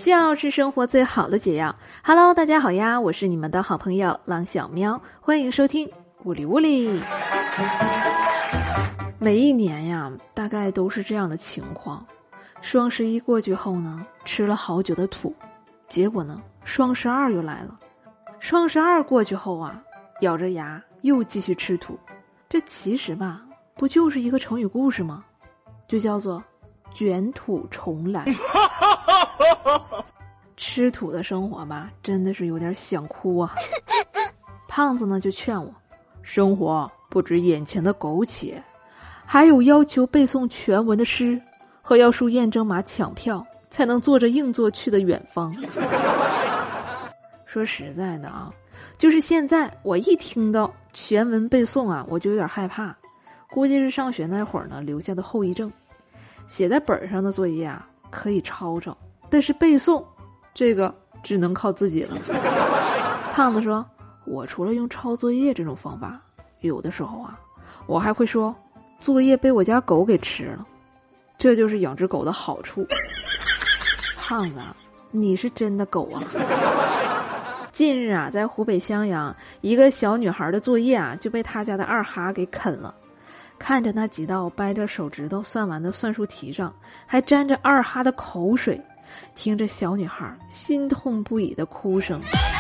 笑是生活最好的解药。Hello， 大家好呀，我是你们的好朋友郎小喵，欢迎收听呜里呜里。每一年呀，大概都是这样的情况。双11过去后呢，吃了好久的土，结果呢，双12又来了。双12过去后啊，咬着牙又继续吃土。这其实吧，不就是一个成语故事吗？就叫做卷土重来。吃土的生活吧，真的是有点想哭啊。胖子呢就劝我，生活不止眼前的苟且，还有要求背诵全文的诗和要输验证码抢票才能坐着硬座去的远方。说实在的啊，就是现在我一听到全文背诵啊，我就有点害怕，估计是上学那会儿呢留下的后遗症。写在本上的作业啊可以抄抄，但是背诵这个只能靠自己了。胖子说，我除了用抄作业这种方法，有的时候啊我还会说作业被我家狗给吃了，这就是养只狗的好处。胖子，你是真的狗啊。近日啊，在湖北襄阳，一个小女孩的作业啊就被她家的二哈给啃了。看着那几道掰着手指头算完的算术题上还沾着二哈的口水，听着小女孩心痛不已的哭声，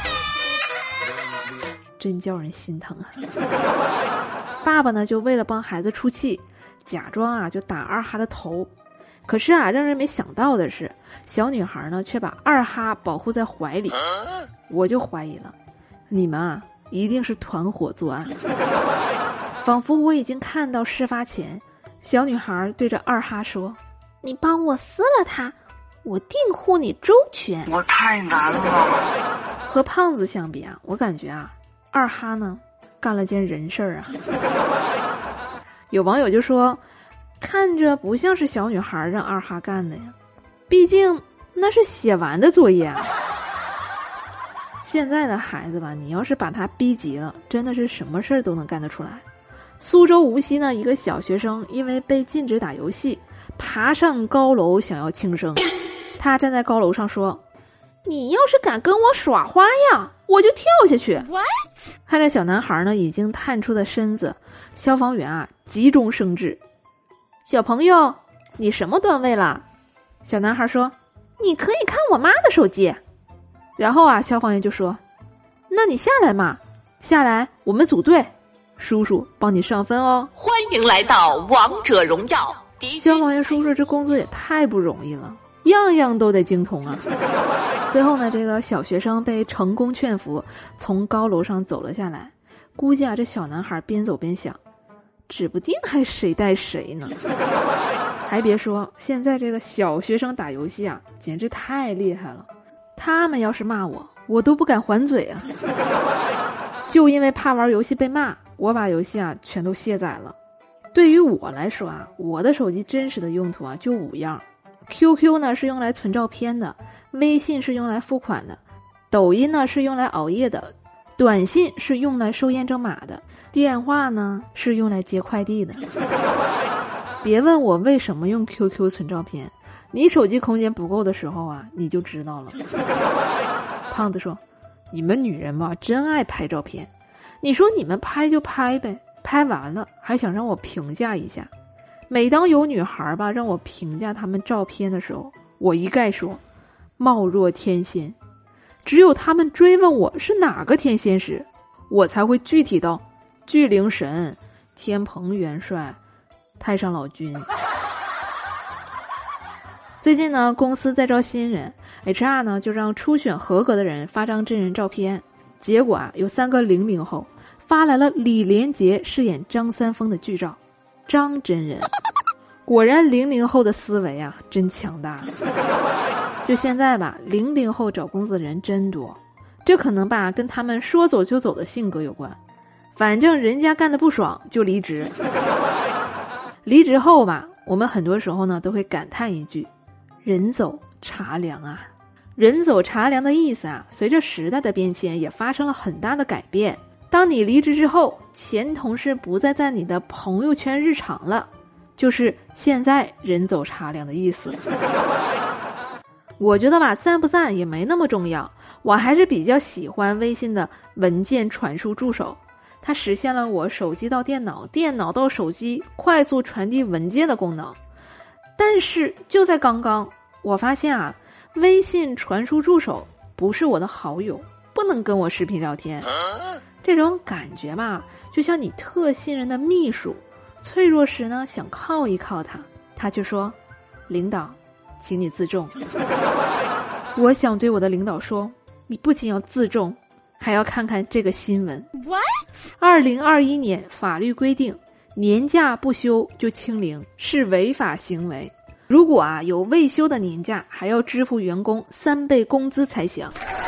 真叫人心疼啊。爸爸呢就为了帮孩子出气，假装啊就打二哈的头。可是啊，让人没想到的是，小女孩呢却把二哈保护在怀里。我就怀疑了，你们啊一定是团伙作案。仿佛我已经看到事发前，小女孩对着二哈说，你帮我撕了它，我定护你周全。 我太难了。 和胖子相比啊，我感觉啊，二哈呢干了件人事儿啊。有网友就说，看着不像是小女孩让二哈干的呀，毕竟那是写完的作业啊。现在的孩子吧，你要是把他逼急了，真的是什么事儿都能干得出来。苏州无锡呢，一个小学生因为被禁止打游戏，爬上高楼想要轻生。他站在高楼上说，你要是敢跟我耍花样，我就跳下去。 What？ 看着小男孩呢已经探出的身子，消防员啊急中生智，小朋友你什么段位了？小男孩说，你可以看我妈的手机。然后啊消防员就说，那你下来嘛，下来我们组队，叔叔帮你上分哦。 欢迎来到王者荣耀。 消防员叔叔这工作也太不容易了，样样都得精通啊。最后呢，这个小学生被成功劝服，从高楼上走了下来。估计啊，这小男孩边走边想，指不定还谁带谁呢。还别说，现在这个小学生打游戏啊，简直太厉害了。他们要是骂我，我都不敢还嘴啊。就因为怕玩游戏被骂，我把游戏啊全都卸载了。对于我来说啊，我的手机真实的用途啊就5样。QQ 呢是用来存照片的，微信是用来付款的，抖音呢是用来熬夜的，短信是用来收验证码的，电话呢是用来接快递的。别问我为什么用 QQ 存照片，你手机空间不够的时候啊，你就知道了。胖子说，你们女人嘛，真爱拍照片。你说你们拍就拍呗，拍完了还想让我评价一下。每当有女孩吧让我评价她们照片的时候，我一概说貌若天仙。只有她们追问我是哪个天仙时，我才会具体到巨灵神、天蓬元帅、太上老君。最近呢，公司在招新人， HR 呢就让初选合格的人发张真人照片。结果啊，有3个00后发来了李连杰饰演张三丰的剧照。张真人，果然00后的思维啊真强大。就现在吧，00后找工作的人真多，这可能吧跟他们说走就走的性格有关。反正人家干得不爽就离职。离职后吧，我们很多时候呢都会感叹一句，人走茶凉啊。人走茶凉的意思啊，随着时代的变迁也发生了很大的改变。当你离职之后，前同事不再在你的朋友圈日常了，就是现在人走茶凉的意思。 我觉得吧，赞不赞也没那么重要，我还是比较喜欢微信的文件传输助手，它实现了我手机到电脑、电脑到手机快速传递文件的功能。但是就在刚刚，我发现啊，微信传输助手不是我的好友，不能跟我视频聊天。这种感觉吧，就像你特信任的秘书，脆弱时呢想靠一靠他，他就说：“领导，请你自重。”我想对我的领导说，你不仅要自重，还要看看这个新闻。 2021年法律规定，年假不休就清零，是违法行为。如果有未休的年假，还要支付员工3倍工资才行。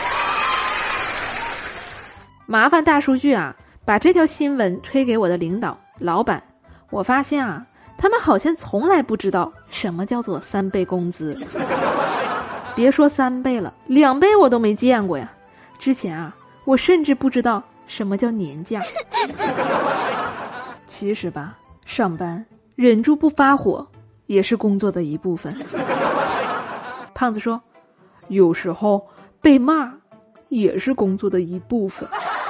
麻烦大数据把这条新闻推给我的领导、老板。我发现他们好像从来不知道什么叫做3倍工资。别说3倍了，2倍我都没见过呀。之前我甚至不知道什么叫年假。其实吧，上班忍住不发火也是工作的一部分。胖子说，有时候被骂也是工作的一部分。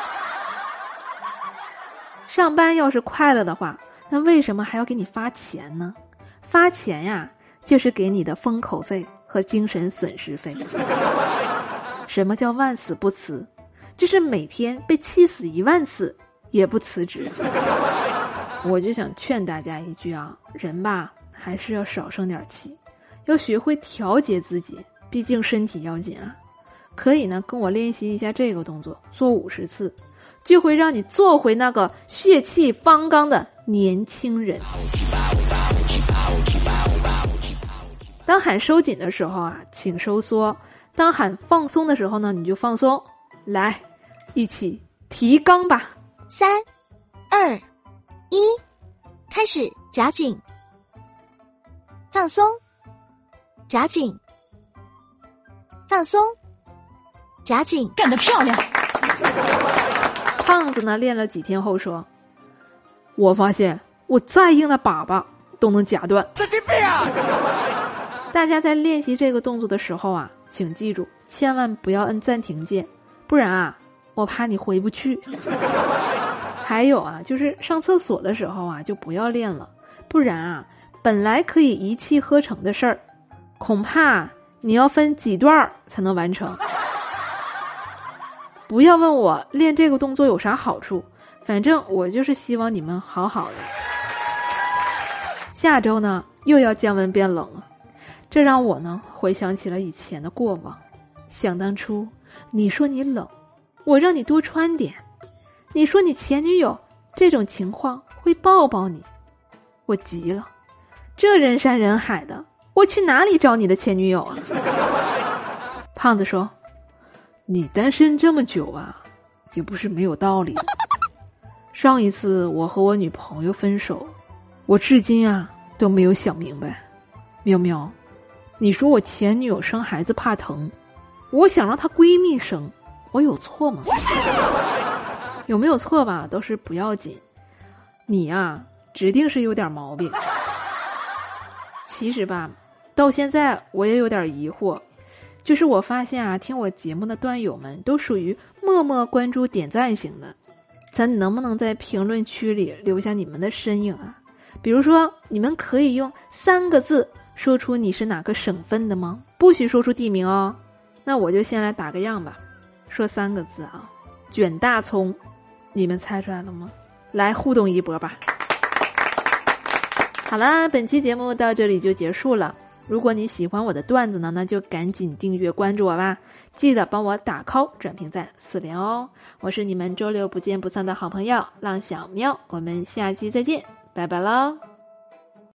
上班要是快乐的话，那为什么还要给你发钱呢？发钱呀，就是给你的封口费和精神损失费。什么叫万死不辞？就是每天被气死1万次也不辞职。我就想劝大家一句人吧还是要少生点气，要学会调节自己，毕竟身体要紧可以呢跟我练习一下这个动作，做50次，就会让你做回那个血气方刚的年轻人。当喊收紧的时候请收缩，当喊放松的时候呢，你就放松。来，一起提纲吧。 3、2、1，开始，夹紧，放松，夹紧，放松，夹紧， 干得漂亮！ 胖子呢练了几天后说，我发现我再硬的粑粑都能夹断。神经病啊！大家在练习这个动作的时候请记住，千万不要摁暂停键，不然我怕你回不去。还有就是上厕所的时候就不要练了，不然本来可以一气呵成的事儿，恐怕你要分几段才能完成。不要问我练这个动作有啥好处，反正我就是希望你们好好的。下周呢又要降温变冷了，这让我呢回想起了以前的过往。想当初你说你冷，我让你多穿点，你说你前女友这种情况会抱抱你，我急了，这人山人海的，我去哪里找你的前女友胖子说，你单身这么久也不是没有道理。上一次我和我女朋友分手，我至今都没有想明白。喵喵，你说我前女友生孩子怕疼，我想让她闺蜜生，我有错吗？有没有错吧都是不要紧，你指定是有点毛病。其实吧，到现在我也有点疑惑，就是我发现听我节目的段友们都属于默默关注点赞型的，咱能不能在评论区里留下你们的身影比如说你们可以用3个字说出你是哪个省份的吗？不许说出地名哦。那我就先来打个样吧，说3个字卷大葱，你们猜出来了吗？来互动一波吧。好啦，本期节目到这里就结束了。如果你喜欢我的段子呢，那就赶紧订阅关注我吧，记得帮我打 call 转评赞4连哦。我是你们周六不见不散的好朋友浪小喵，我们下期再见，拜拜喽。